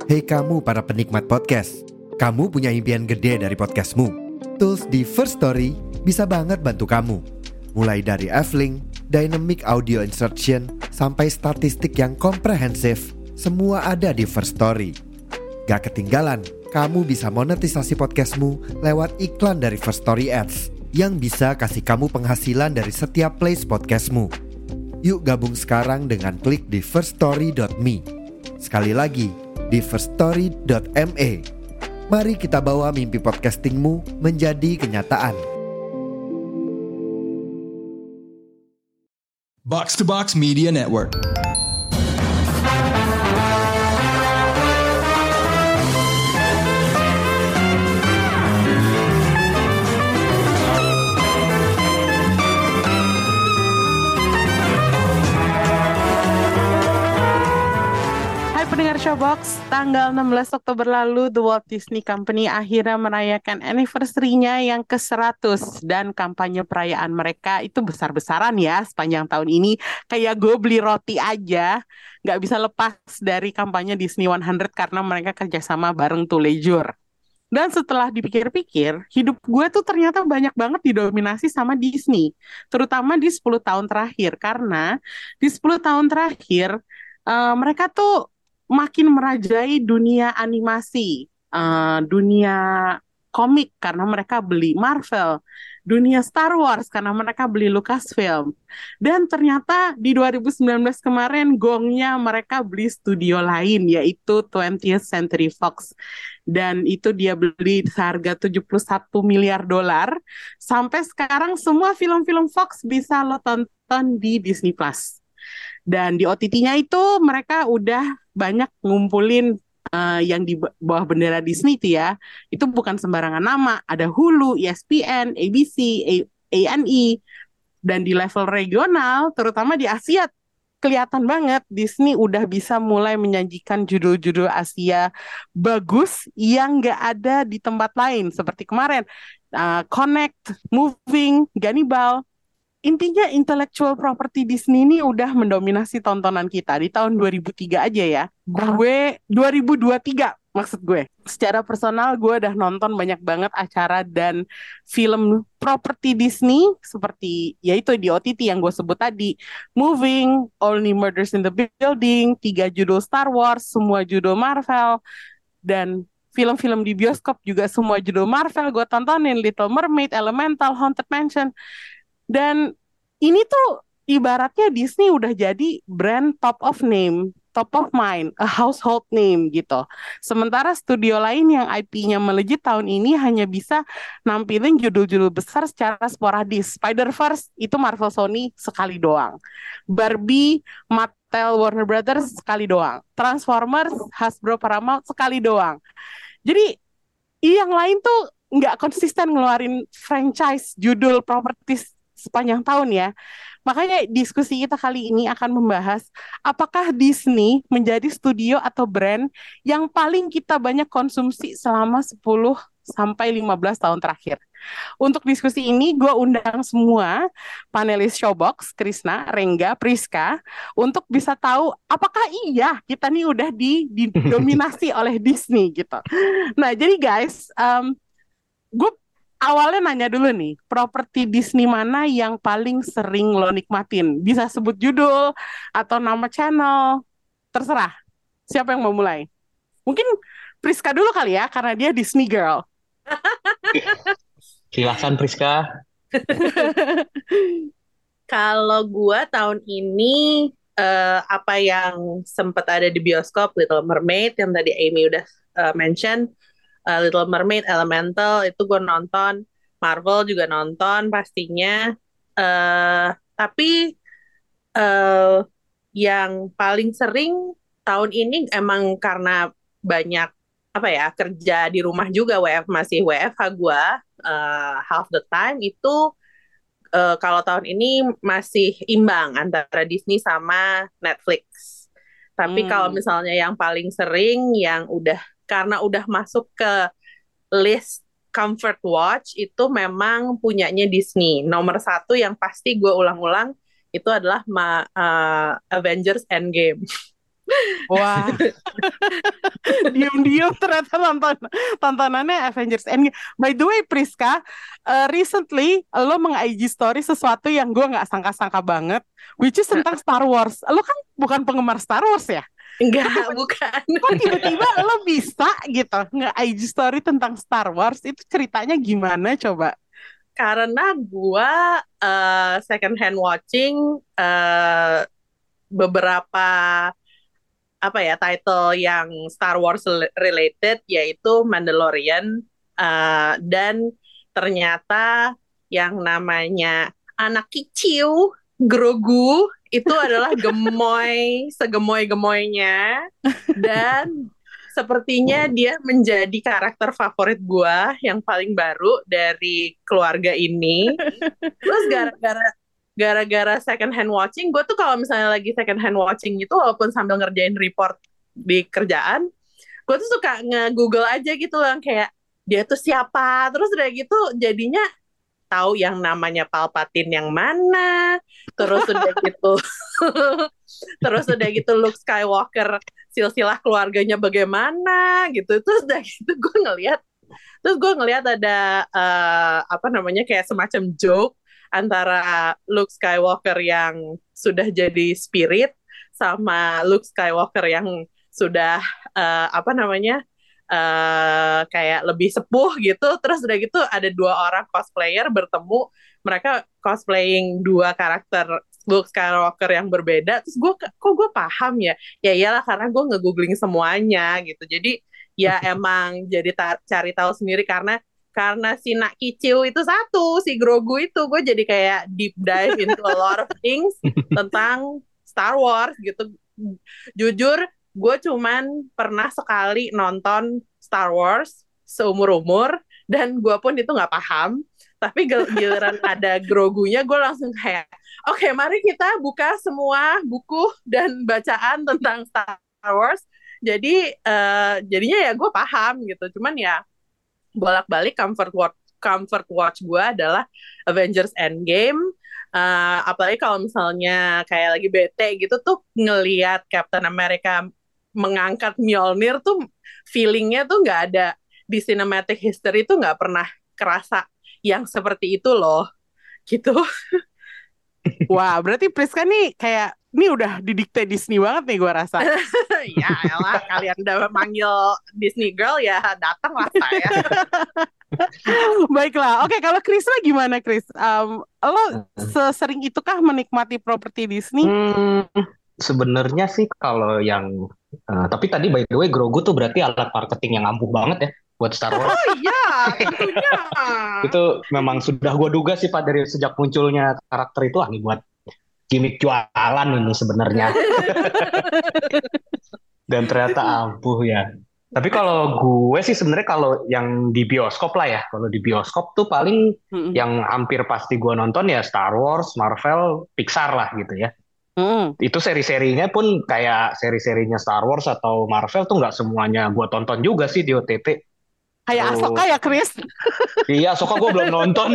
Hei kamu para penikmat podcast, kamu punya impian gede dari podcastmu? Tools di First Story bisa banget bantu kamu. Mulai dari F-Link, Dynamic Audio Insertion, sampai statistik yang komprehensif, semua ada di First Story. Gak ketinggalan, kamu bisa monetisasi podcastmu lewat iklan dari First Story Ads yang bisa kasih kamu penghasilan dari setiap plays podcastmu. Yuk gabung sekarang dengan klik di firststory.me. Sekali lagi, di firststory.me. Mari kita bawa mimpi podcastingmu menjadi kenyataan. Box to Box Media Network. Pendengar Showbox, tanggal 16 Oktober lalu The Walt Disney Company akhirnya merayakan anniversary-nya yang ke-100 dan kampanye perayaan mereka itu besar-besaran ya sepanjang tahun ini. Kayak gue beli roti aja gak bisa lepas dari kampanye Disney 100 karena mereka kerjasama bareng to Leisure. Dan setelah dipikir-pikir, hidup gue tuh ternyata banyak banget didominasi sama Disney, terutama di 10 tahun terakhir. Karena di 10 tahun terakhir mereka tuh makin merajai dunia animasi, dunia komik karena mereka beli Marvel, dunia Star Wars karena mereka beli Lucasfilm. Dan ternyata di 2019 kemarin gongnya mereka beli studio lain yaitu 20th Century Fox. Dan itu dia beli seharga 71 miliar dolar. Sampai sekarang semua film-film Fox bisa lo tonton di Disney Plus. Dan di OTT-nya itu mereka udah banyak ngumpulin yang di bawah bendera Disney itu ya. Itu bukan sembarangan nama. Ada Hulu, ESPN, ABC, A&E. Dan di level regional, terutama di Asia, kelihatan banget Disney udah bisa mulai menyajikan judul-judul Asia bagus yang gak ada di tempat lain. Seperti kemarin, Connect, Moving, Gannibal. Intinya intellectual property Disney ini udah mendominasi tontonan kita di tahun 2003 aja ya. Gue 2023 maksud gue. Secara personal gue udah nonton banyak banget acara dan film properti Disney seperti yaitu di OTT yang gue sebut tadi. Moving, Only Murders in the Building, 3 judul Star Wars, semua judul Marvel, dan film-film di bioskop juga semua judul Marvel gue tontonin. Little Mermaid, Elemental, Haunted Mansion. Dan ini tuh ibaratnya Disney udah jadi brand top of name, top of mind, a household name gitu. Sementara studio lain yang IP-nya melejit tahun ini hanya bisa nampilin judul-judul besar secara sporadis. Spider-Verse itu Marvel Sony sekali doang. Barbie, Mattel Warner Brothers sekali doang. Transformers, Hasbro Paramount sekali doang. Jadi yang lain tuh nggak konsisten ngeluarin franchise judul properties sepanjang tahun ya. Makanya diskusi kita kali ini akan membahas apakah Disney menjadi studio atau brand yang paling kita banyak konsumsi selama 10 sampai 15 tahun terakhir. Untuk diskusi ini gue undang semua panelis Showbox, Krisna, Rengga, Priska, untuk bisa tahu apakah iya kita nih udah didominasi oleh Disney gitu. Nah jadi guys, gue awalnya nanya dulu nih, properti Disney mana yang paling sering lo nikmatin? Bisa sebut judul atau nama channel, terserah. Siapa yang mau mulai? Mungkin Priska dulu kali ya, karena dia Disney girl. Silakan Priska. Kalau gue tahun ini apa yang sempat ada di bioskop, Little Mermaid yang tadi Amy udah mention. Little Mermaid, Elemental itu gue nonton, Marvel juga nonton pastinya, tapi yang paling sering tahun ini emang karena banyak kerja di rumah juga, masih WFH gue half the time itu, kalau tahun ini masih imbang antara Disney sama Netflix. Tapi kalau misalnya yang paling sering yang karena udah masuk ke list comfort watch itu memang punyanya Disney. Nomor 1 yang pasti gue ulang-ulang itu adalah Avengers Endgame. Wah, diam-diam ternyata tontonannya Avengers Endgame. By the way, Priska, recently lo meng-IG story sesuatu yang gue nggak sangka-sangka banget, which is tentang Star Wars. Lo kan bukan penggemar Star Wars ya? Enggak, bukan. Kok tiba-tiba lo bisa gitu nge-IG story tentang Star Wars? Itu ceritanya gimana coba? Karena gue second hand watching beberapa apa ya title yang Star Wars related, yaitu Mandalorian, dan ternyata yang namanya anak kicau Grogu itu adalah gemoy segemoy-gemoynya, dan sepertinya dia menjadi karakter favorit gua yang paling baru dari keluarga ini. Terus gara-gara second hand watching, gue tuh kalau misalnya lagi second hand watching itu, walaupun sambil ngerjain report di kerjaan, gue tuh suka nge-google aja gitu loh, kayak dia tuh siapa, terus udah gitu jadinya tahu yang namanya Palpatine yang mana, terus udah gitu terus udah gitu Luke Skywalker silsilah keluarganya bagaimana gitu. Terus udah gitu gue ngelihat ada apa namanya, kayak semacam joke antara Luke Skywalker yang sudah jadi spirit sama Luke Skywalker yang sudah apa namanya, kayak lebih sepuh gitu. Terus udah gitu ada dua orang cosplayer bertemu, mereka cosplaying dua karakter Luke Skywalker yang berbeda. Terus gue paham ya iyalah karena gue nge-googling semuanya gitu. Jadi ya emang jadi cari tahu sendiri, karena si Nak Kicau itu satu, si Grogu itu, gue jadi kayak deep dive into a lot of things tentang Star Wars gitu. Jujur, gue cuman pernah sekali nonton Star Wars seumur-umur, dan gue pun itu nggak paham. Tapi giliran ada Grogunya, gue langsung kayak, oke, mari kita buka semua buku dan bacaan tentang Star Wars. Jadi jadinya ya gue paham gitu. Cuman ya bolak-balik comfort watch gue adalah Avengers Endgame. Apalagi kalau misalnya kayak lagi bete gitu tuh, ngelihat Captain America mengangkat Mjolnir tuh, feelingnya tuh nggak ada di cinematic history, tuh nggak pernah kerasa yang seperti itu loh gitu. Wah, berarti Priska nih kayak ini udah didikte Disney banget nih gue rasa. Ya elah, kalian udah manggil Disney Girl, ya datanglah saya. Baiklah, oke, kalau Krisna gimana, Chris? Lo sesering itukah menikmati properti Disney? Sebenarnya sih kalau yang tapi tadi by the way Grogu tuh berarti alat marketing yang ampuh banget ya buat Star Wars. Oh iya, tentunya. Itu memang sudah gue duga sih Pak, dari sejak munculnya karakter itu, nih buat gimmick jualan ini sebenarnya. Dan ternyata ampuh ya. Tapi kalau gue sih sebenarnya kalau yang di bioskop lah ya, kalau di bioskop tuh paling yang hampir pasti gue nonton ya Star Wars, Marvel, Pixar lah gitu ya. Itu seri-serinya pun kayak seri-serinya Star Wars atau Marvel tuh nggak semuanya gue tonton juga sih di OTT. Kayak Ahsoka ya, Chris? Iya, Ahsoka gue belum nonton.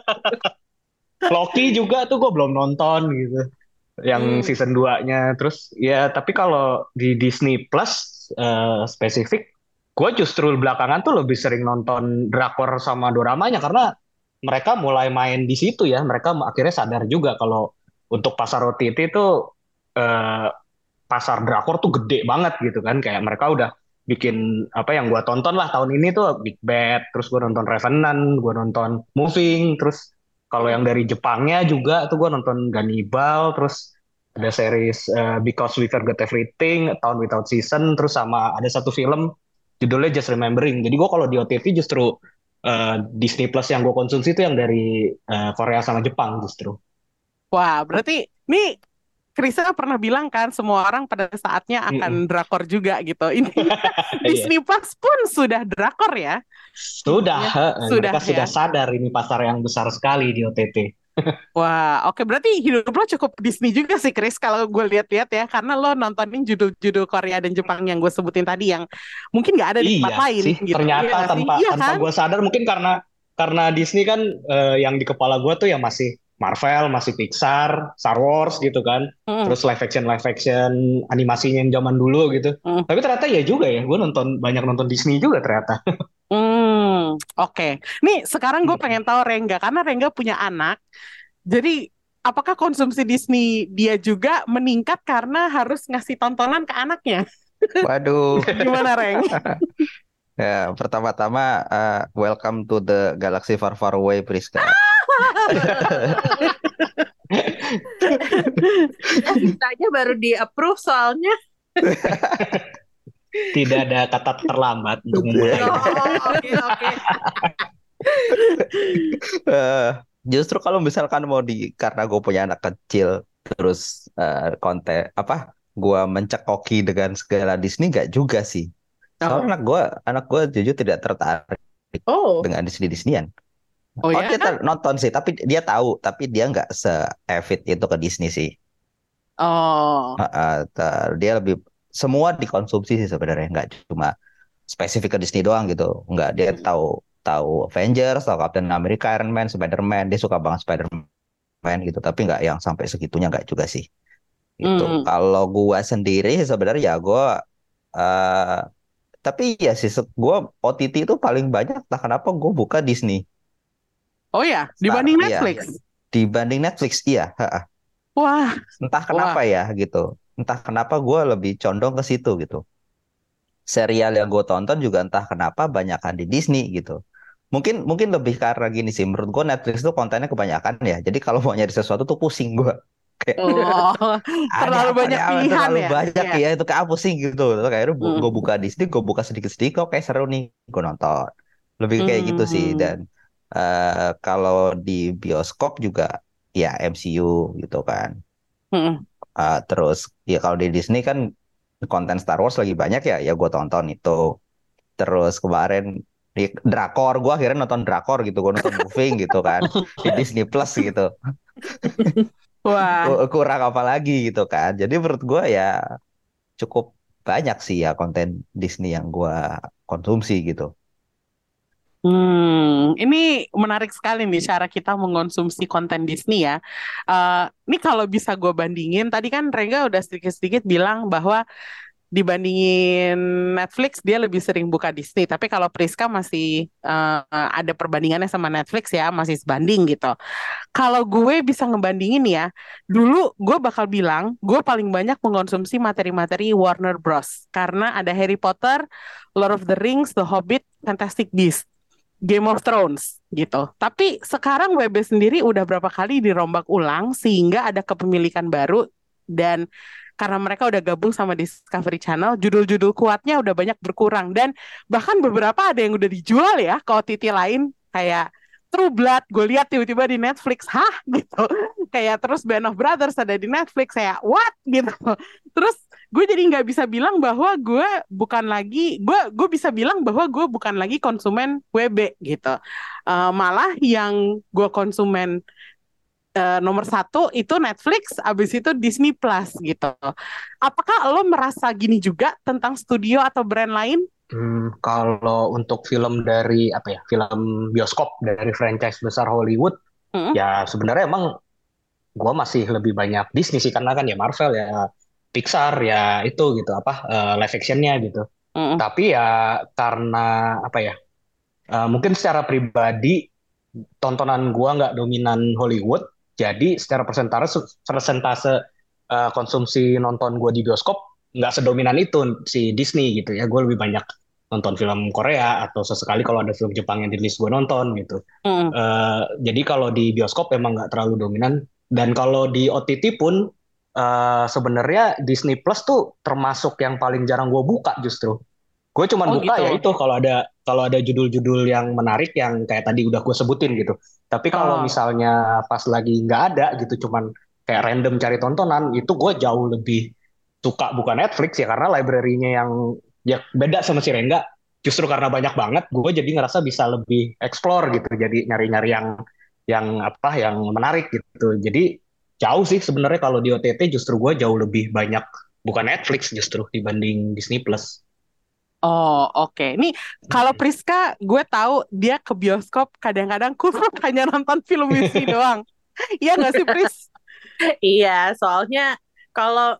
Loki juga tuh gue belum nonton gitu, yang season 2-nya. Terus ya, tapi kalau di Disney Plus spesifik, gue justru belakangan tuh lebih sering nonton drakor sama doramanya, karena mereka mulai main di situ ya. Mereka akhirnya sadar juga kalau untuk pasar OTT itu pasar drakor tuh gede banget gitu kan. Kayak mereka udah bikin apa yang gue tonton lah tahun ini tuh Big Bad, terus gue nonton Revenant, gue nonton Moving, terus kalau yang dari Jepangnya juga tuh gue nonton Gannibal, terus ada series Because We Forgot Everything, A Town Without Season, terus sama ada satu film judulnya Just Remembering. Jadi gue kalau di OTT justru Disney Plus yang gue konsumsi itu yang dari Korea sama Jepang justru. Wah, berarti nih Krisa pernah bilang kan semua orang pada saatnya akan drakor juga gitu. Ini Disney Plus pun sudah drakor ya. Sudah, mereka sudah sadar ini pasar yang besar sekali di OTT. Wah, oke, berarti hidup lo cukup Disney juga sih, Chris, kalau gue lihat-lihat ya, karena lo nontonin judul-judul Korea dan Jepang yang gue sebutin tadi yang mungkin nggak ada di tempat lain. Sih, gitu. Ternyata tanpa gue sadar, mungkin karena Disney kan yang di kepala gue tuh ya masih Marvel, masih Pixar, Star Wars gitu kan. Mm, Terus live action animasinya yang zaman dulu gitu. mm, Tapi ternyata ya juga ya, gue banyak nonton Disney juga ternyata. oke. Nih sekarang gue pengen tahu Rengga karena Rengga punya anak. Jadi apakah konsumsi Disney dia juga meningkat karena harus ngasih tontonan ke anaknya? Waduh, Gimana Reng? ya pertama-tama welcome to the galaxy far far away, Priska. Ditanya baru di approve soalnya. Tidak ada kata terlambat untuk memulai. Oh, oke. Eh, Justru kalau misalkan karena gue punya anak kecil, terus konten apa, gue mencekoki dengan segala Disney nggak juga sih. Oh, Soalnya anak gue jujur tidak tertarik Oh, dengan Disneyan. oh Oh ya? dia nonton sih, tapi dia tahu, tapi dia nggak se-avid itu ke Disney sih. Oh, Dia lebih semua dikonsumsi sih sebenarnya, nggak cuma spesifik ke Disney doang gitu. Nggak, dia tahu tahu Avengers, tahu Captain America, Iron Man, Spider-Man. Dia suka banget Spider-Man gitu, tapi nggak yang sampai segitunya, nggak juga sih. Gitu. mm. Kalau gua sendiri sebenarnya ya gua eh tapi ya sih gua OTT itu paling banyak, entah kenapa gue buka Disney Oh ya, Star, dibanding iya, Netflix. dibanding Netflix, iya. Wah, Entah wah. kenapa ya gitu. Entah kenapa gue lebih condong ke situ gitu. Serial yang gue tonton juga entah kenapa banyakan di Disney gitu. Mungkin mungkin lebih karena gini sih. Menurut gue Netflix tuh kontennya kebanyakan ya. Jadi kalau mau nyari sesuatu tuh pusing gue. Kayak Oh, ada terlalu apa banyak nih? pilihan Terlalu ya. banyak Iya. ya. Itu kayak pusing gitu. Terus kayak gue Mm, buka Disney, gue buka sedikit-sedikit. Kok kayak seru nih. Gue nonton. Lebih kayak gitu sih. mm, Dan kalau di bioskop juga ya MCU gitu kan. mm. Terus ya kalau di Disney kan konten Star Wars lagi banyak ya, ya gue tonton itu. Terus kemarin di drakor, gue akhirnya nonton drakor gitu, gue nonton Moving gitu kan di Disney Plus gitu. Wah, Kurang apa lagi gitu kan. Jadi menurut gue ya cukup banyak sih ya konten Disney yang gue konsumsi gitu. Ini menarik sekali nih cara kita mengonsumsi konten Disney ya. Ini kalau bisa gue bandingin, tadi kan Rengga udah sedikit-sedikit bilang bahwa dibandingin Netflix dia lebih sering buka Disney. Tapi kalau Priska masih ada perbandingannya sama Netflix ya, masih sebanding gitu. Kalau gue bisa ngebandingin ya, dulu gue bakal bilang gue paling banyak mengonsumsi materi-materi Warner Bros. Karena ada Harry Potter, Lord of the Rings, The Hobbit, Fantastic Beasts. Game of Thrones gitu. Tapi sekarang WB sendiri udah berapa kali dirombak ulang sehingga ada kepemilikan baru dan karena mereka udah gabung sama Discovery Channel, judul-judul kuatnya udah banyak berkurang dan bahkan beberapa ada yang udah dijual ya ke OTT lain kayak True Blood, gue lihat tiba-tiba di Netflix, hah gitu. Kayak terus Band of Brothers ada di Netflix, kayak what gitu. Terus gue jadi nggak bisa bilang bahwa gue bisa bilang bahwa gue bukan lagi konsumen WB gitu. Malah yang gue konsumen nomor satu itu Netflix, abis itu Disney Plus gitu. Apakah lo merasa gini juga tentang studio atau brand lain? Kalau untuk film dari apa ya, film bioskop dari franchise besar Hollywood, Mm, ya sebenarnya emang gue masih lebih banyak Disney sih karena kan ya Marvel ya Pixar ya itu gitu apa live actionnya gitu. mm, Tapi ya karena apa ya, mungkin secara pribadi tontonan gue nggak dominan Hollywood, jadi secara persentase konsumsi nonton gue di bioskop nggak sedominan itu si Disney gitu ya. Gue lebih banyak nonton film Korea atau sesekali kalau ada film Jepang yang di list gue nonton gitu. mm. Jadi kalau di bioskop emang nggak terlalu dominan. Dan kalau di OTT pun sebenarnya Disney Plus tuh termasuk yang paling jarang gue buka justru. Gue cuman Oh buka gitu. ya itu kalau ada judul-judul yang menarik yang kayak tadi udah gue sebutin gitu. Tapi kalau Oh, misalnya pas lagi nggak ada gitu, cuman kayak random cari tontonan, itu gue jauh lebih suka buka Netflix ya karena library-nya yang ya beda sama si Rengga. Justru karena banyak banget, gue jadi ngerasa bisa lebih explore gitu. Jadi nyari-nyari yang apa yang menarik gitu. Jadi jauh sih sebenarnya kalau di OTT justru gue jauh lebih banyak bukan Netflix justru dibanding Disney Plus. oh, oke. Nih, kalau Priska, gue tahu dia ke bioskop kadang-kadang khusus hanya nonton film Disney doang. Iya nggak sih, Pris? Iya, soalnya kalau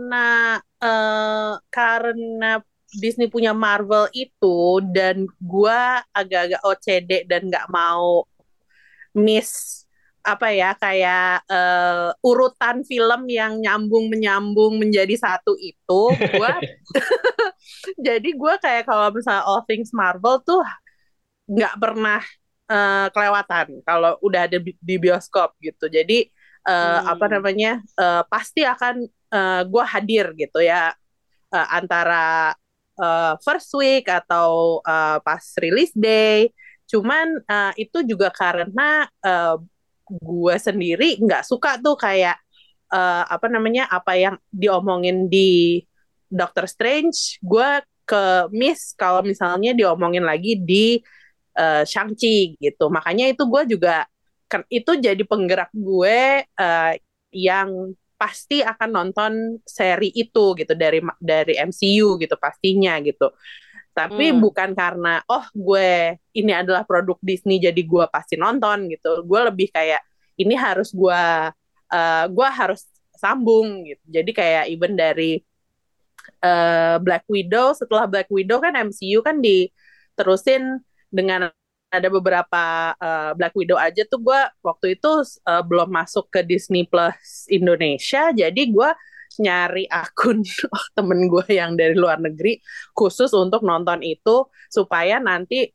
karena Disney punya Marvel itu dan gua agak-agak OCD dan nggak mau miss apa ya kayak urutan film yang nyambung menyambung menjadi satu itu gua jadi gua kayak kalau misalnya All Things Marvel tuh nggak pernah kelewatan kalau udah ada di bioskop gitu. Jadi apa namanya pasti akan gue hadir gitu ya antara first week atau pas release day. Cuman itu juga karena gue sendiri nggak suka tuh kayak apa namanya apa yang diomongin di Doctor Strange. Gue ke miss kalau misalnya diomongin lagi di Shang-Chi gitu. Makanya itu gue juga itu jadi penggerak gue yang pasti akan nonton seri itu gitu dari MCU gitu pastinya gitu. Tapi bukan karena gue ini adalah produk Disney jadi gue pasti nonton gitu. Gue lebih kayak ini harus gue harus sambung gitu. Jadi kayak even dari Black Widow, setelah Black Widow kan MCU kan diterusin dengan ada beberapa Black Widow aja tuh gue waktu itu belum masuk ke Disney Plus Indonesia, jadi gue nyari akun temen gue yang dari luar negeri khusus untuk nonton itu supaya nanti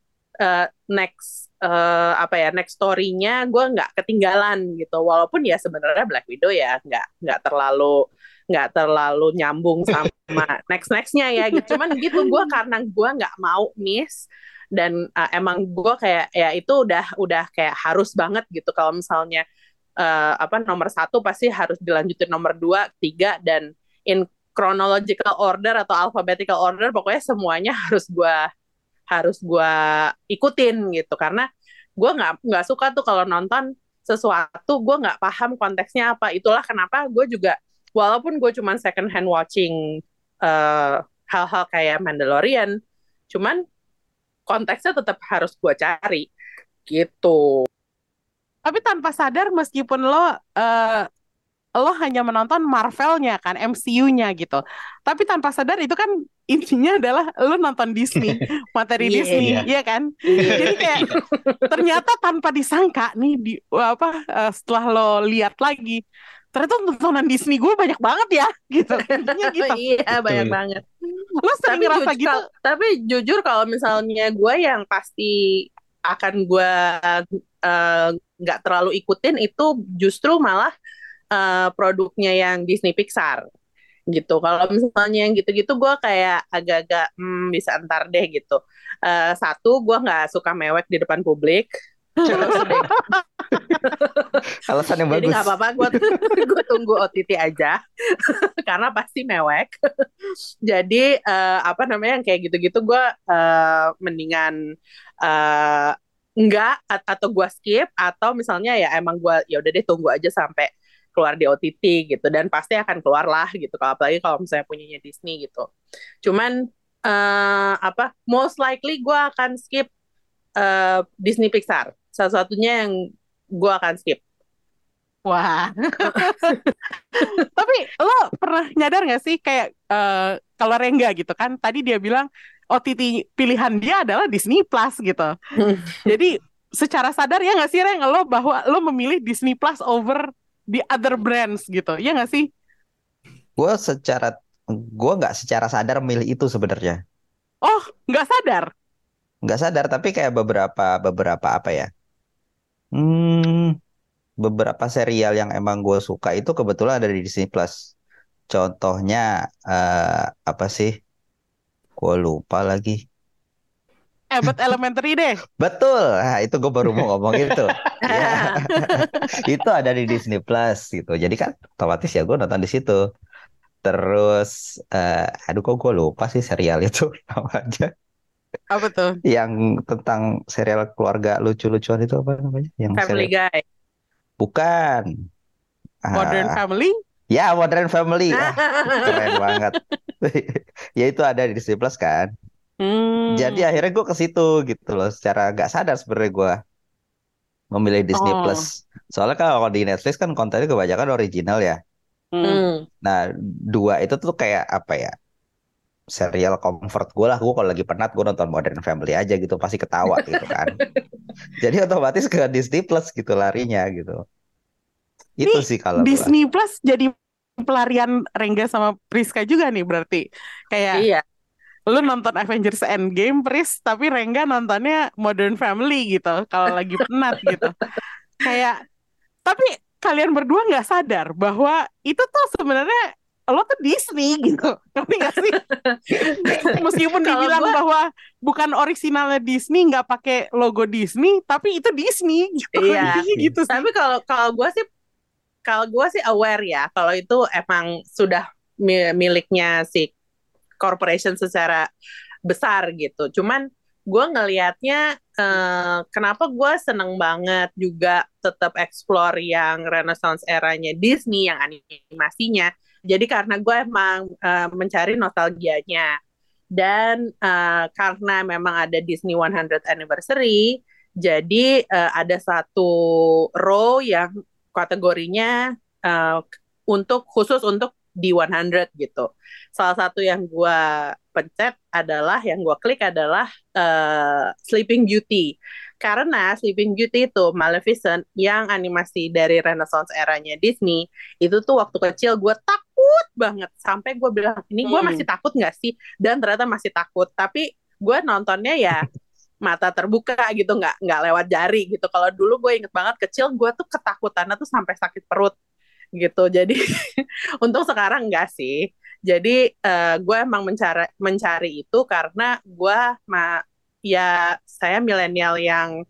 next story-nya gue nggak ketinggalan gitu, walaupun ya sebenarnya Black Widow ya nggak terlalu nyambung sama nextnya ya gitu. Cuman gitu gue karena gue nggak mau miss dan emang gue kayak ya itu udah kayak harus banget gitu kalau misalnya nomor 1 pasti harus dilanjutin nomor 2, 3 dan in chronological order atau alphabetical order, pokoknya semuanya harus gue ikutin gitu karena gue nggak suka tuh kalau nonton sesuatu gue nggak paham konteksnya apa. Itulah kenapa gue juga walaupun gue cuman second hand watching hal-hal kayak Mandalorian, cuman konteksnya tetap harus gue cari gitu. Tapi tanpa sadar meskipun lo hanya menonton Marvel-nya kan, MCU-nya gitu. Tapi tanpa sadar itu kan intinya adalah lo nonton Disney, materi Disney, iya kan? Jadi kayak ternyata tanpa disangka nih setelah lo lihat lagi, ternyata tontonan Disney gue banyak banget ya, gitu. Intinya gitu. Iya, banyak banget. Lo sering ngerasa gitu? Tapi jujur kalau misalnya gue yang pasti akan gue nggak terlalu ikutin itu justru malah produknya yang Disney Pixar gitu. Kalau misalnya yang gitu-gitu gue kayak agak-agak bisa ntar deh gitu. Satu, gue nggak suka mewek di depan publik. Alasan yang Jadi bagus. nggak apa-apa, gue tunggu OTT aja karena pasti mewek. Jadi apa namanya yang kayak gitu-gitu gue mendingan enggak atau gue skip, atau misalnya ya emang gue ya udah deh tunggu aja sampai keluar di OTT gitu, dan pasti akan keluar lah gitu kalau apalagi kalau misalnya punyanya Disney gitu. Cuman most likely gue akan skip Disney Pixar, satu-satunya yang gue akan skip. Wah. Tapi lo pernah nyadar gak sih kayak kalau Rengga gitu kan, tadi dia bilang OTT pilihan dia adalah Disney Plus gitu. Jadi secara sadar ya gak sih Reng, bahwa lo memilih Disney Plus over the other brands gitu, ya gak sih? Gue nggak secara sadar milih itu sebenarnya. Oh, nggak sadar? Nggak sadar, tapi kayak beberapa apa ya? Beberapa serial yang emang gue suka itu kebetulan ada di Disney Plus. Contohnya apa sih? Gue lupa lagi. Abbott Elementary deh. Betul, nah, itu gue baru mau ngomong itu. Ya, itu ada di Disney Plus gitu. Jadi kan otomatis ya gue nonton di situ. Terus, aduh kok gue lupa sih serial itu namanya. Apa tuh? Yang tentang serial keluarga lucu-lucuan itu apa namanya? Yang Family serial... Guy. Bukan. Modern Family? Ya, Modern Family. Keren banget. Ya itu ada di Disney Plus kan. Jadi akhirnya gue ke situ gitu loh. Secara gak sadar sebenarnya gue memilih Disney Plus Soalnya kalau di Netflix kan kontennya kebanyakan original ya. Hmm. Nah, dua itu tuh kayak apa ya? Serial comfort gue lah. Gue kalau lagi penat gue nonton Modern Family aja gitu, pasti ketawa gitu kan. Jadi otomatis ke Disney Plus gitu larinya gitu. Itu Nih sih kalau gue. Disney Plus jadi pelarian Rengga sama Priska juga nih berarti. Kayak Iya. lu nonton Avengers Endgame, Pris, tapi Rengga nontonnya Modern Family gitu. Kalau lagi penat gitu. Kayak, tapi kalian berdua nggak sadar bahwa itu tuh sebenarnya lo tuh Disney gitu. Ngerti nggak sih? Meskipun Kalau dibilang gue, bahwa bukan orisinalnya Disney, nggak pakai logo Disney, tapi itu Disney gitu. iya. Intinya gitu sih. Tapi kalau gue sih aware ya, kalau itu emang sudah miliknya si corporation secara besar gitu. Cuman gue ngelihatnya kenapa gue seneng banget juga tetap explore yang Renaissance eranya Disney yang animasinya. Jadi karena gue emang mencari nostalgianya dan karena memang ada Disney 100th Anniversary, jadi ada satu row yang kategorinya uh, khusus untuk di 100 gitu. Salah satu yang gue yang gue klik adalah Sleeping Beauty. Karena Sleeping Beauty itu Maleficent yang animasi dari Renaissance eranya Disney, itu tuh waktu kecil gue takut banget. Sampai gue bilang, ini gue masih takut gak sih? Dan ternyata masih takut. Tapi gue nontonnya ya mata terbuka gitu, nggak lewat jari gitu. Kalau dulu gue inget banget kecil, gue tuh ketakutannya tuh sampai sakit perut gitu. Jadi untung sekarang enggak sih. Jadi gue emang mencari itu karena gue ya saya milenial yang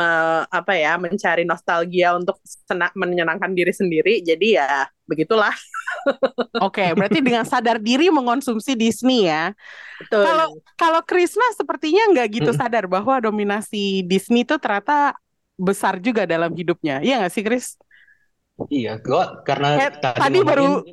mencari nostalgia untuk menyenangkan diri sendiri. Jadi ya begitulah. Oke, berarti dengan sadar diri mengonsumsi Disney ya. Betul. Kalau Krisna sepertinya nggak gitu sadar bahwa dominasi Disney itu ternyata besar juga dalam hidupnya. Iya nggak sih, Kris? Iya, gue karena Tadi baru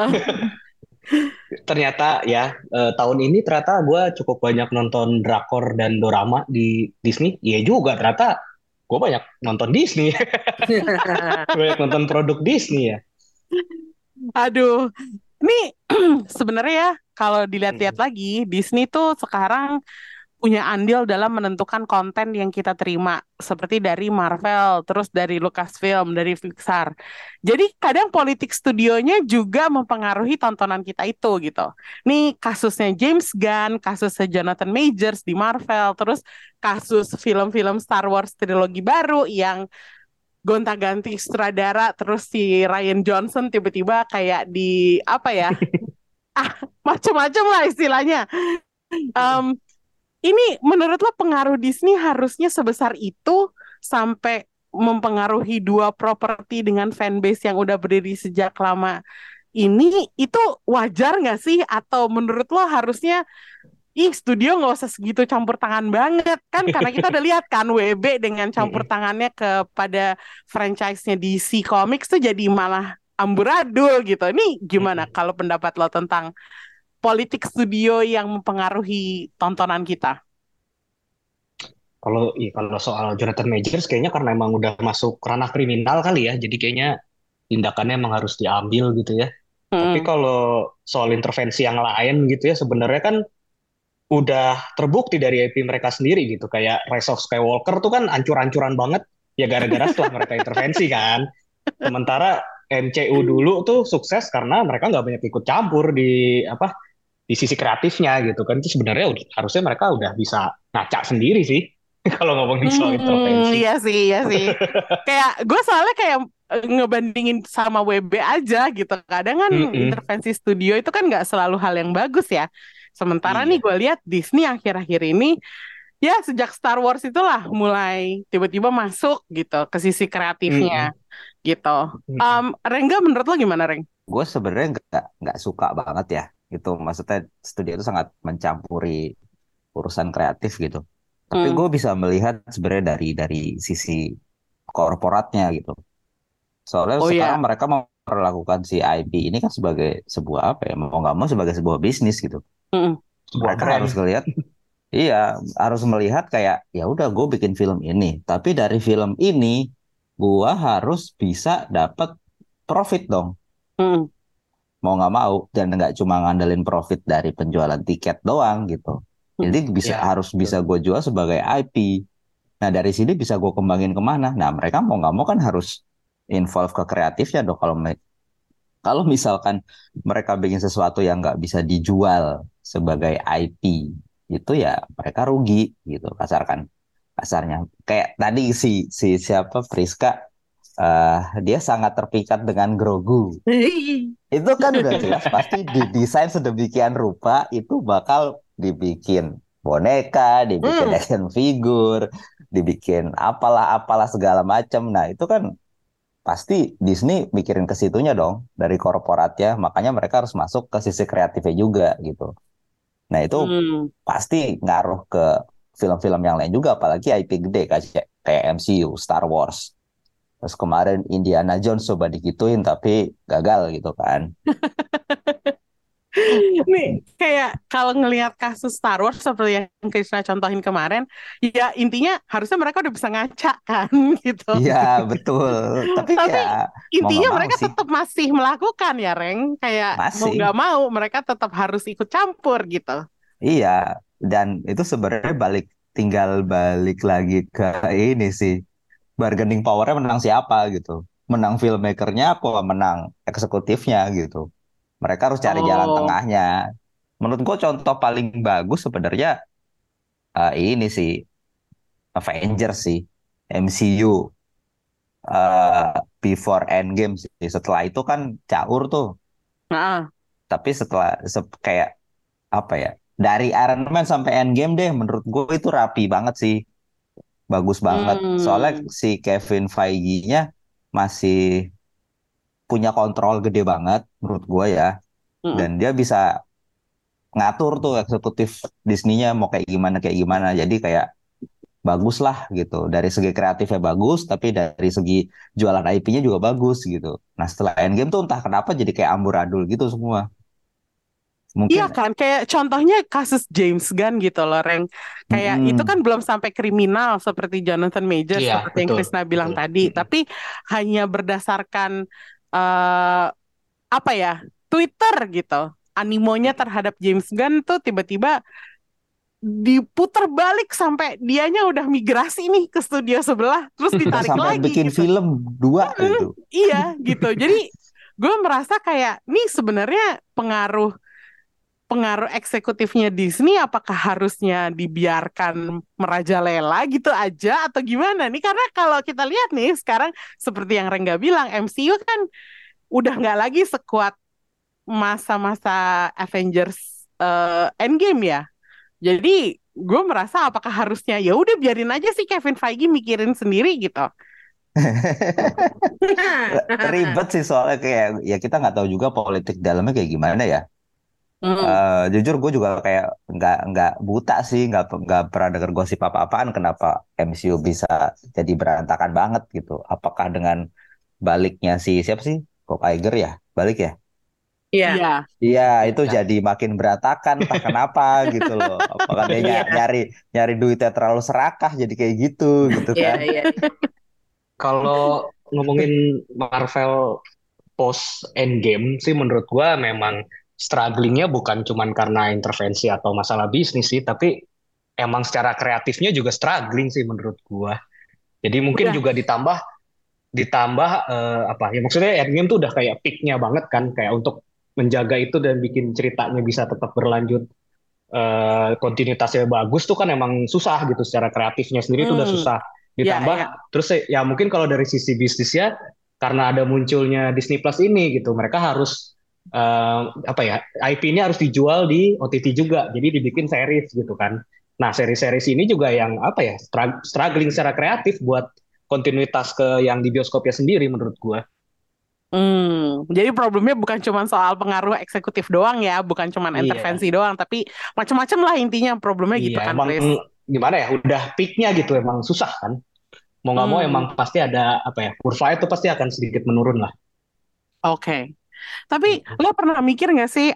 ternyata ya tahun ini ternyata gue cukup banyak nonton drakor dan dorama di Disney. Iya juga ternyata gue banyak nonton Disney, banyak nonton produk Disney ya. Aduh, ini sebenarnya ya kalau dilihat-lihat lagi, Disney tuh sekarang punya andil dalam menentukan konten yang kita terima, seperti dari Marvel, terus dari Lucasfilm, dari Pixar. Jadi kadang politik studionya juga mempengaruhi tontonan kita itu gitu. Nih kasusnya James Gunn, kasusnya Jonathan Majors di Marvel, terus kasus film-film Star Wars trilogi baru yang gonta-ganti sutradara, terus si Ryan Johnson tiba-tiba kayak di apa ya, macam-macam lah istilahnya. Ini menurut lo pengaruh Disney harusnya sebesar itu sampai mempengaruhi dua properti dengan fanbase yang udah berdiri sejak lama ini, itu wajar nggak sih? Atau menurut lo harusnya studio nggak usah segitu campur tangan banget kan? Karena kita udah lihat kan WB dengan campur tangannya kepada franchise-nya DC Comics tuh jadi malah amburadul gitu. Ini gimana kalau pendapat lo tentang politik studio yang mempengaruhi tontonan kita? Kalau soal Jonathan Majors kayaknya karena emang udah masuk ranah kriminal kali ya, jadi kayaknya tindakannya emang harus diambil gitu ya. Tapi kalau soal intervensi yang lain gitu ya, sebenarnya kan udah terbukti dari IP mereka sendiri gitu. Kayak Rise of Skywalker tuh kan ancur-ancuran banget ya gara-gara setelah mereka intervensi kan. Sementara MCU dulu tuh sukses karena mereka nggak banyak ikut campur di sisi kreatifnya gitu kan. Itu sebenarnya harusnya mereka udah bisa ngaca sendiri sih kalau ngomongin soal intervensi. Iya sih. Kayak gue soalnya kayak ngebandingin sama WB aja gitu. Kadang kan intervensi studio itu kan nggak selalu hal yang bagus ya. Sementara nih gue lihat Disney akhir-akhir ini ya sejak Star Wars itulah mulai tiba-tiba masuk gitu ke sisi kreatifnya gitu. Rengga menurut lo gimana, Reng? Gue sebenarnya nggak suka banget ya gitu. Maksudnya studio itu sangat mencampuri urusan kreatif gitu. Tapi gue bisa melihat sebenarnya dari sisi korporatnya gitu. Soalnya sekarang mereka memperlakukan si IP ini kan sebagai sebuah apa ya, mau nggak mau sebagai sebuah bisnis gitu. Mereka harus ngelihat, iya harus melihat kayak ya udah gue bikin film ini, tapi dari film ini gua harus bisa dapat profit dong. Hmm. Mau nggak mau, dan nggak cuma ngandelin profit dari penjualan tiket doang gitu. Jadi harus bisa gue jual sebagai IP. Nah dari sini bisa gue kembangin kemana? Nah mereka mau nggak mau kan harus involve ke kreatifnya dong. Kalau misalkan mereka bikin sesuatu yang nggak bisa dijual sebagai IP, itu ya mereka rugi gitu kasarnya. Kayak tadi si siapa Priska, dia sangat terpikat dengan Grogu. Itu kan udah jelas pasti didesain sedemikian rupa itu bakal dibikin boneka, dibikin action figure, dibikin apalah segala macam. Nah, itu kan pasti Disney mikirin ke situnya dong dari korporatnya, makanya mereka harus masuk ke sisi kreatifnya juga gitu. Nah, itu pasti ngaruh ke film-film yang lain juga, apalagi IP gede kayak MCU, Star Wars. Terus kemarin Indiana Jones coba digituin tapi gagal gitu kan. Nih, kayak kalau ngelihat kasus Star Wars seperti yang Krisna contohin kemarin, ya intinya harusnya mereka udah bisa ngaca kan gitu. Iya betul. Tapi Tapi ya mau intinya nggak mau mereka sih. tetap masih melakukan ya, Reng. Kayak mau Masih. nggak mau mereka tetap harus ikut campur gitu. Iya. Dan itu sebenarnya tinggal balik lagi ke ini sih. Bargaining powernya menang siapa gitu. Menang filmmakernya apa menang eksekutifnya gitu. Mereka harus cari jalan Oh, tengahnya. Menurut gue contoh paling bagus sebenarnya ini sih Avengers sih. MCU. Before Endgame sih. Setelah itu kan caur tuh. nah, Tapi setelah kayak apa ya? Dari Iron Man sampai Endgame deh, menurut gue itu rapi banget sih, bagus banget. Soalnya hmm, si Kevin Feige-nya masih punya kontrol gede banget, menurut gue ya. hmm. Dan dia bisa ngatur tuh eksekutif Disney-nya mau kayak gimana. Jadi kayak bagus lah gitu. Dari segi kreatifnya bagus, tapi dari segi jualan IP-nya juga bagus gitu. Nah setelah Endgame tuh entah kenapa jadi kayak amburadul gitu semua. Iya Mungkin kan, kayak contohnya kasus James Gunn gitu loh, Reng. Kayak itu kan mm-mm. belum sampai kriminal seperti Jonathan Majors, Iya, seperti yang betul, Krisna bilang betul. tadi. Mm-mm. Tapi hanya berdasarkan eh apa ya, Twitter gitu. Animonya terhadap James Gunn tuh tiba-tiba diputar balik sampai dianya udah migrasi nih ke studio sebelah, terus ditarik Sampai lagi bikin gitu. film dua Mm, gitu. iya gitu. Jadi gue merasa kayak nih sebenarnya pengaruh pengaruh eksekutifnya Disney apakah harusnya dibiarkan merajalela gitu aja atau gimana nih? Karena kalau kita lihat nih sekarang seperti yang Rengga bilang, MCU kan udah nggak lagi sekuat masa-masa Avengers Endgame ya. Jadi gue merasa apakah harusnya ya udah biarin aja sih Kevin Feige mikirin sendiri gitu. Ribet sih soalnya kayak ya kita nggak tahu juga politik dalamnya kayak gimana ya. Hmm. Jujur gue juga kayak nggak buta sih, nggak pernah denger gosip apa-apaan kenapa MCU bisa jadi berantakan banget gitu. Apakah dengan baliknya si siapa sih? Kok Iger ya? Balik ya? Iya, Iya. Iya, itu jadi makin berantakan, entah kenapa gitu loh. Apakah dia iya, nyari nyari duitnya terlalu serakah jadi kayak gitu iya, kan? iya. Kalau ngomongin Marvel post Endgame sih menurut gua memang strugglingnya bukan cuman karena intervensi atau masalah bisnis sih, tapi emang secara kreatifnya juga struggling sih menurut gua. Jadi mungkin Udah. juga ditambah ditambah apa ya maksudnya Endgame tuh udah kayak peaknya banget kan kayak untuk menjaga itu dan bikin ceritanya bisa tetap berlanjut kontinuitasnya bagus tuh kan emang susah gitu secara kreatifnya sendiri tuh udah Hmm. susah Ya, ditambah ya. terus ya mungkin kalau dari sisi bisnisnya karena ada munculnya Disney Plus ini gitu mereka harus apa ya IP ini harus dijual di OTT juga jadi dibikin series gitu kan nah series-series ini juga yang apa ya struggling secara kreatif buat kontinuitas ke yang di bioskopnya sendiri menurut gua. Jadi problemnya bukan cuma soal pengaruh eksekutif doang ya, bukan cuma Iya, intervensi doang, tapi macam-macam lah intinya problemnya iya gitu kan, emang Chris. gimana ya udah peaknya gitu emang susah kan. Mau nggak mau emang Hmm, pasti ada apa ya kurva itu pasti akan sedikit menurun lah. oke. Tapi lo pernah mikir nggak sih,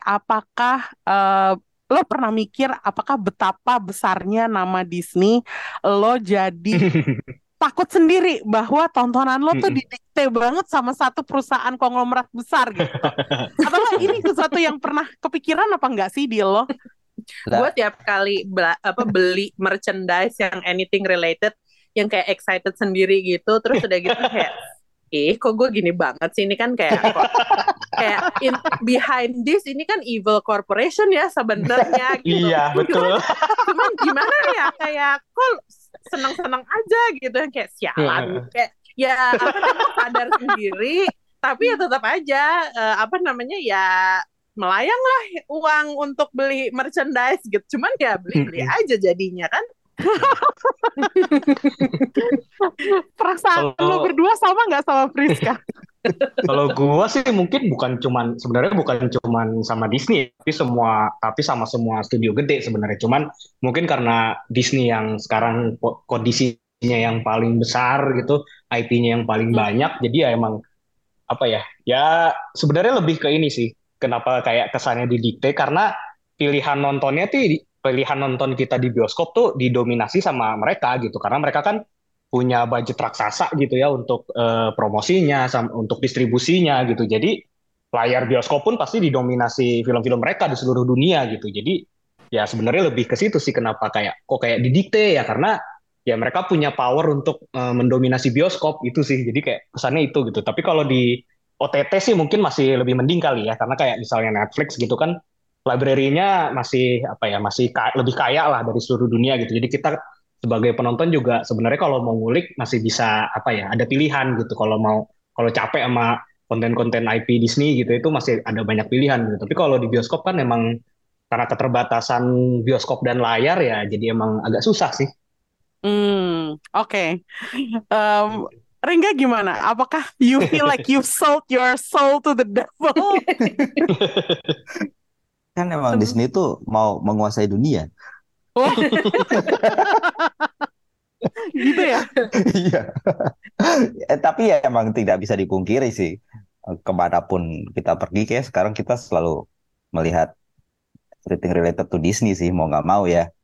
lo pernah mikir apakah betapa besarnya nama Disney lo jadi takut sendiri bahwa tontonan lo tuh didikte banget sama satu perusahaan konglomerat besar gitu. Atau lo ini sesuatu yang pernah kepikiran apa enggak sih di lo? Gue tiap kali beli merchandise yang anything related, yang kayak excited sendiri gitu, terus udah gitu kayak, kok gue gini banget sih, ini kan kayak behind this ini kan evil corporation ya sebenarnya gitu. Iya, betul. Cuman gimana ya, kayak kok senang-senang aja gitu, kayak sialan, kayak ya sadar sendiri, tapi ya tetap aja ya melayang lah uang untuk beli merchandise gitu. Cuman ya beli aja jadinya kan. Perasaan lo berdua sama nggak sama Priska? Kalau gua sih mungkin sebenarnya bukan cuman sama Disney, tapi sama semua studio gede sebenarnya. Cuman mungkin karena Disney yang sekarang kondisinya yang paling besar gitu, IP-nya yang paling banyak, jadi ya emang apa ya? Ya sebenarnya lebih ke ini sih. Kenapa kayak kesannya didikte, karena pilihan nonton kita di bioskop tuh didominasi sama mereka gitu, karena mereka kan punya budget raksasa gitu ya untuk promosinya, untuk distribusinya gitu. Jadi layar bioskop pun pasti didominasi film-film mereka di seluruh dunia gitu. Jadi ya sebenarnya lebih ke situ sih, kenapa kayak didikte ya, karena ya mereka punya power untuk mendominasi bioskop itu sih. Jadi kayak kesannya itu gitu. Tapi kalau di OTT sih mungkin masih lebih mending kali ya, karena kayak misalnya Netflix gitu kan, library-nya masih lebih kaya lah dari seluruh dunia gitu. Jadi kita sebagai penonton juga sebenarnya kalau mau ngulik masih bisa ada pilihan gitu. Kalau capek sama konten-konten IP Disney gitu, itu masih ada banyak pilihan gitu. Tapi kalau di bioskop kan emang karena keterbatasan bioskop dan layar ya, jadi emang agak susah sih. Oke. Rengga gimana? Apakah you feel like you sold your soul to the devil? Kan emang Disney tuh mau menguasai dunia. Gitu ya? Iya. Tapi ya emang tidak bisa dipungkiri sih. Kemanapun kita pergi, kayak sekarang kita selalu melihat everything related to Disney sih, mau nggak mau ya.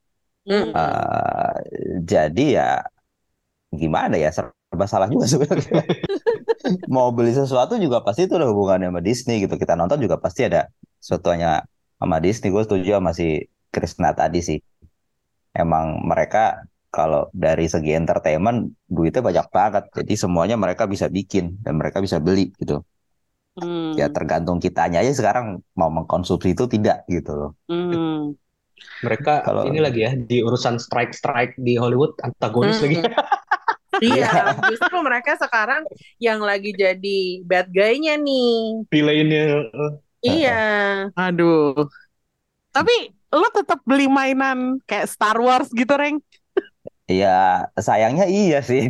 Jadi ya gimana ya, serba salah juga sebenarnya. Mau beli sesuatu juga pasti itu ada hubungannya sama Disney gitu. Kita nonton juga pasti ada sesuatunya sama Disney. Gue setuju sama si Krisna tadi sih. Emang mereka kalau dari segi entertainment duitnya banyak banget. Jadi semuanya mereka bisa bikin dan mereka bisa beli gitu. Ya tergantung kitanya aja sekarang mau mengkonsumsi itu tidak gitu loh. Mereka ini lagi ya di urusan strike di Hollywood, antagonis lagi. Iya, justru mereka sekarang yang lagi jadi bad guy-nya nih. Villain-nya. Iya. Aduh. Tapi lo tetap beli mainan kayak Star Wars gitu, Reng? Iya, sayangnya iya sih.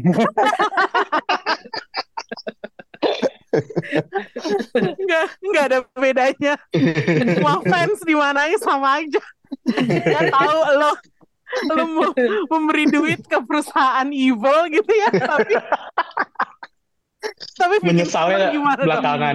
Nggak ada bedanya. Semua fans di mananya sama aja. Nggak tahu lo mau memberi duit ke perusahaan evil gitu ya, tapi menyesalnya belakangan.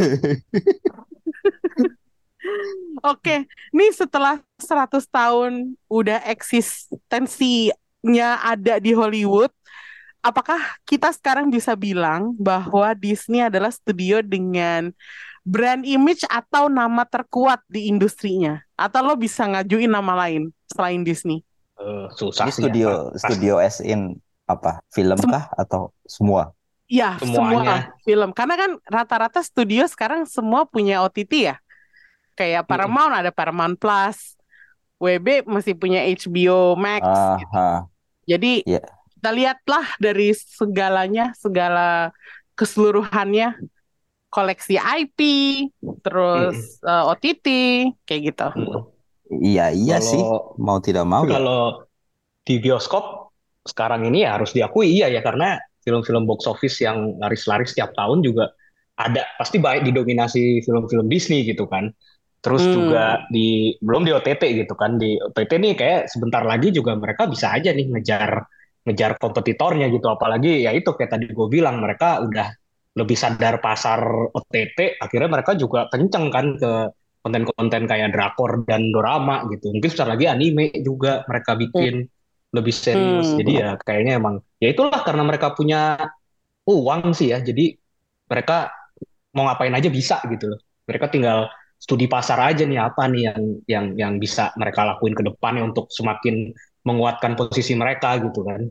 Oke, nih setelah 100 tahun udah eksistensinya ada di Hollywood, apakah kita sekarang bisa bilang bahwa Disney adalah studio dengan brand image atau nama terkuat di industrinya? Atau lo bisa ngajuin nama lain selain Disney? Susah sih. Studio as in apa? Film kah atau semua? Ya, semua film. Karena kan rata-rata studio sekarang semua punya OTT ya. Kayak Paramount ada Paramount Plus, WB masih punya HBO Max. Gitu. Jadi kita lihatlah dari segalanya, segala keseluruhannya, koleksi IP, terus OTT, kayak gitu. Iya sih, mau tidak mau. Kalau di bioskop sekarang ini ya harus diakui ya, karena film-film box office yang laris-laris setiap tahun juga ada, pasti baik didominasi film-film Disney gitu kan. Terus juga belum di OTT gitu kan, di OTT nih kayak sebentar lagi juga mereka bisa aja nih ngejar kompetitornya gitu, apalagi ya itu kayak tadi gue bilang, mereka udah lebih sadar pasar OTT, akhirnya mereka juga kenceng kan ke konten-konten kayak drakor dan dorama gitu. Mungkin sebentar lagi anime juga mereka bikin lebih serius. Jadi ya kayaknya emang ya itulah karena mereka punya uang sih ya, jadi mereka mau ngapain aja bisa gitu loh. Mereka tinggal studi pasar aja nih, apa nih yang bisa mereka lakuin ke depannya untuk semakin menguatkan posisi mereka gitu kan.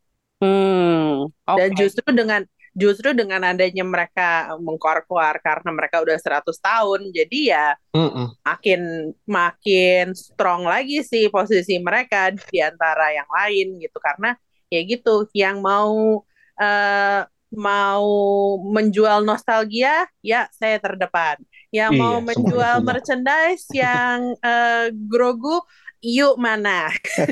Dan Oke. justru dengan adanya mereka mengkoar-koar karena mereka udah 100 tahun, jadi ya Mm-mm. makin makin strong lagi sih posisi mereka di antara yang lain gitu, karena ya gitu, yang mau menjual nostalgia ya saya terdepan, yang Iya, mau semuanya menjual punya. merchandise yang Grogu, yuk mana.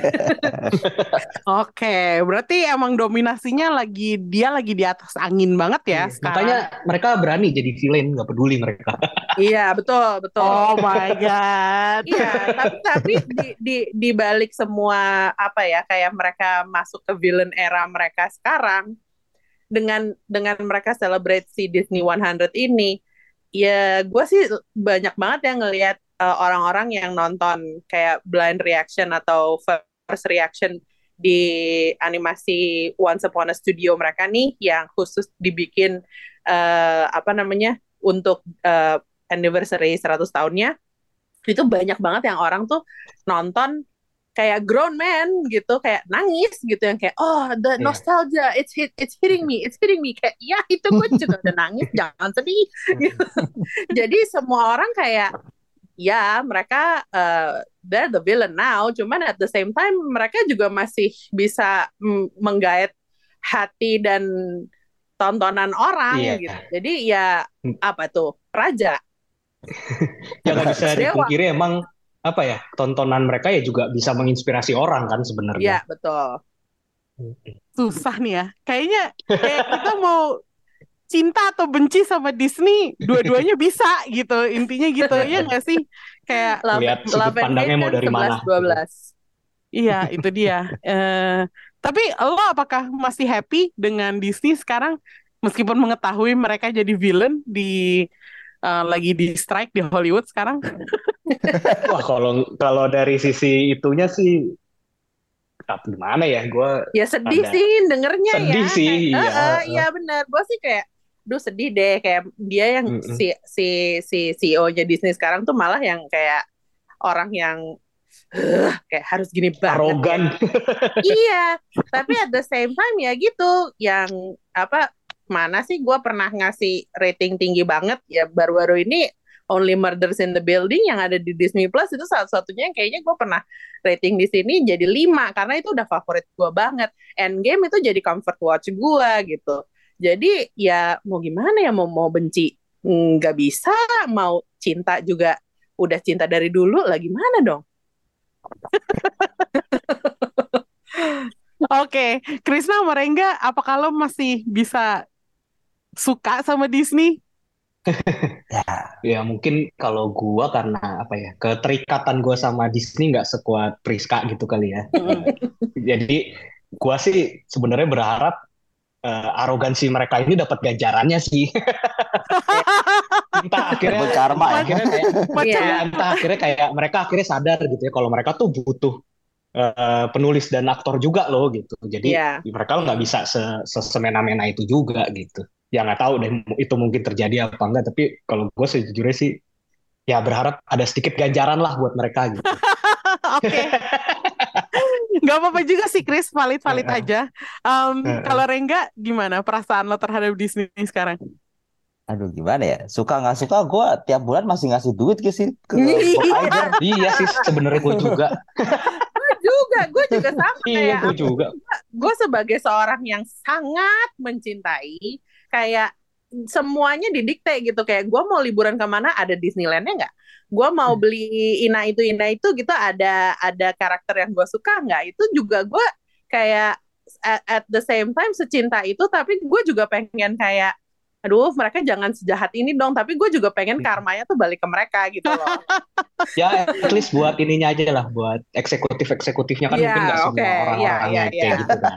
Oke, berarti emang dominasinya dia lagi di atas angin banget ya Iya, makanya sekarang. mereka berani jadi villain, nggak peduli mereka. Iya, betul betul. Oh my God. Iya, tapi di balik semua apa ya, kayak mereka masuk ke villain era mereka sekarang, dengan mereka celebrate si Disney 100 ini, ya gue sih banyak banget yang ngelihat orang-orang yang nonton kayak blind reaction atau first reaction di animasi Once Upon a Studio mereka nih, yang khusus dibikin apa namanya, untuk anniversary 100 tahunnya. Itu banyak banget yang orang tuh nonton kayak grown man gitu, kayak nangis gitu, yang kayak oh the Iya. nostalgia, it's hitting me, kayak ya itu gue juga udah nangis, jangan sedih gitu. Jadi semua orang kayak ya mereka they're the villain now, cuman at the same time mereka juga masih bisa menggait hati dan tontonan orang Iya. gitu. Jadi ya apa tuh, raja, Yang nggak bisa dewa. dipungkiri emang apa ya, tontonan mereka ya juga bisa menginspirasi orang kan sebenarnya. Ya betul. Susah nih ya. Kayaknya kayak kita mau cinta atau benci sama Disney, dua-duanya bisa gitu. Intinya gitu. Ya nggak sih? Kayak Lihat sudut Love and pandangnya Hate mau kan dari mana. 11-12. iya, itu dia. Tapi lo apakah masih happy dengan Disney sekarang meskipun mengetahui mereka jadi villain lagi di strike di Hollywood sekarang? Wah, kalau dari sisi itunya sih gimana ya, gue Ya sedih ada sih dengernya ya. sedih sih, Kayak, iya. iya benar. Gue sih kayak, duh sedih deh. Kayak dia yang Mm-mm. si CEO-nya Disney sekarang tuh malah yang kayak orang yang kayak harus gini banget ya. Arogan. Iya, tapi at the same time ya gitu, yang apa, mana sih gue pernah ngasih rating tinggi banget ya baru-baru ini, Only Murders in the Building yang ada di Disney Plus, itu satu-satunya yang kayaknya gue pernah rating di sini jadi 5 karena itu udah favorit gue banget. Endgame itu jadi comfort watch gue gitu. Jadi ya mau gimana ya, mau benci nggak bisa, mau cinta juga udah cinta dari dulu lah, gimana dong? Oke, Krisna sama Rengga, apakah lo masih bisa suka sama Disney? Ya mungkin kalau gua karena apa ya, keterikatan gua sama Disney nggak sekuat Priska gitu kali ya. Jadi gua sih sebenarnya berharap arogansi mereka ini dapat ganjarannya sih. Entah akhirnya Karma ya. akhirnya kayak Iya. ya, entah akhirnya kayak mereka akhirnya sadar gitu ya kalau mereka tuh butuh penulis dan aktor juga loh gitu. Jadi Iya. mereka nggak bisa semena-mena itu juga gitu. Ya nggak tahu deh itu mungkin terjadi apa enggak. Tapi kalau gue sejujurnya sih ya berharap ada sedikit ganjaran lah buat mereka gitu. Oke, nggak apa-apa juga sih Chris, valid-valid aja. Kalau Rengga, gimana perasaan lo terhadap Disney sekarang? Aduh gimana ya, suka nggak suka gue tiap bulan masih ngasih duit ke Bob Iger. Iya sih sebenarnya gue juga. Gue juga sama Iya kayak gue juga. gue sebagai seorang yang sangat mencintai, kayak semuanya didikte gitu, kayak gue mau liburan kemana ada Disneylandnya nggak, gue mau beli ina itu gitu, ada karakter yang gue suka nggak, itu juga gue kayak at the same time secinta itu, tapi gue juga pengen kayak aduh mereka jangan sejahat ini dong, tapi gue juga pengen karmanya tuh balik ke mereka gitu loh. Ya at least buat ininya aja lah, buat eksekutifnya kan mungkin nggak semua orang-orang kayak gitu kan.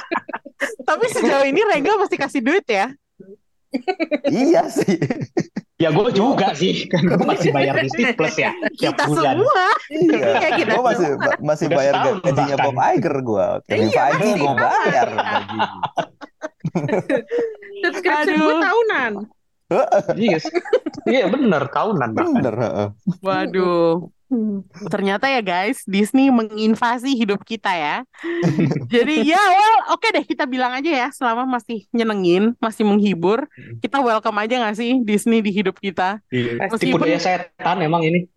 Tapi sejauh ini Rengga masih kasih duit ya? Iya sih. Ya gue juga sih, kan gue masih bayar Disney Plus ya tiap Kita bulan. semua. Iya, Kayak kita gue masih semua. masih Udah bayar setahun gajinya bahkan. Bob Iger gue. Kevin Iya, Feige pasti gue sama. bayar gajinya. Subscription gue Aduh. tahunan. Iya, iya bener tahunan bahkan. Bener. Waduh. Ternyata ya guys, Disney menginvasi hidup kita ya. Jadi ya, oke deh kita bilang aja ya, selama masih nyenengin, masih menghibur, kita welcome aja gak sih Disney di hidup kita. Tipu Meskipun daya setan emang ini.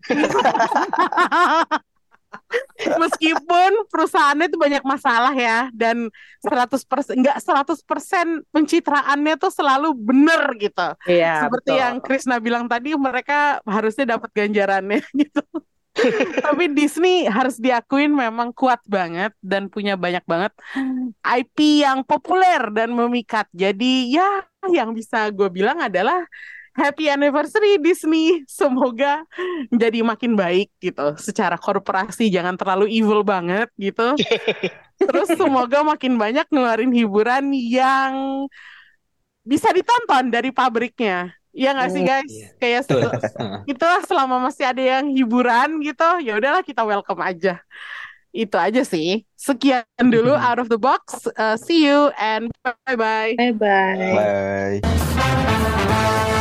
meskipun perusahaannya itu banyak masalah ya, dan 100% enggak 100% pencitraannya tuh selalu bener gitu. Iya, Seperti betul. yang Krisna bilang tadi, mereka harusnya dapat ganjarannya gitu. Tapi Disney harus diakuin memang kuat banget dan punya banyak banget IP yang populer dan memikat. Jadi ya yang bisa gue bilang adalah Happy Anniversary Disney. Semoga jadi makin baik gitu. Secara korporasi jangan terlalu evil banget gitu. Terus semoga makin banyak ngeluarin hiburan yang bisa ditonton dari pabriknya. Iya nggak sih guys? Kayak itulah selama masih ada yang hiburan gitu, ya udahlah kita welcome aja. Itu aja sih. Sekian dulu out of the box. See you and bye bye. Bye-bye. Bye.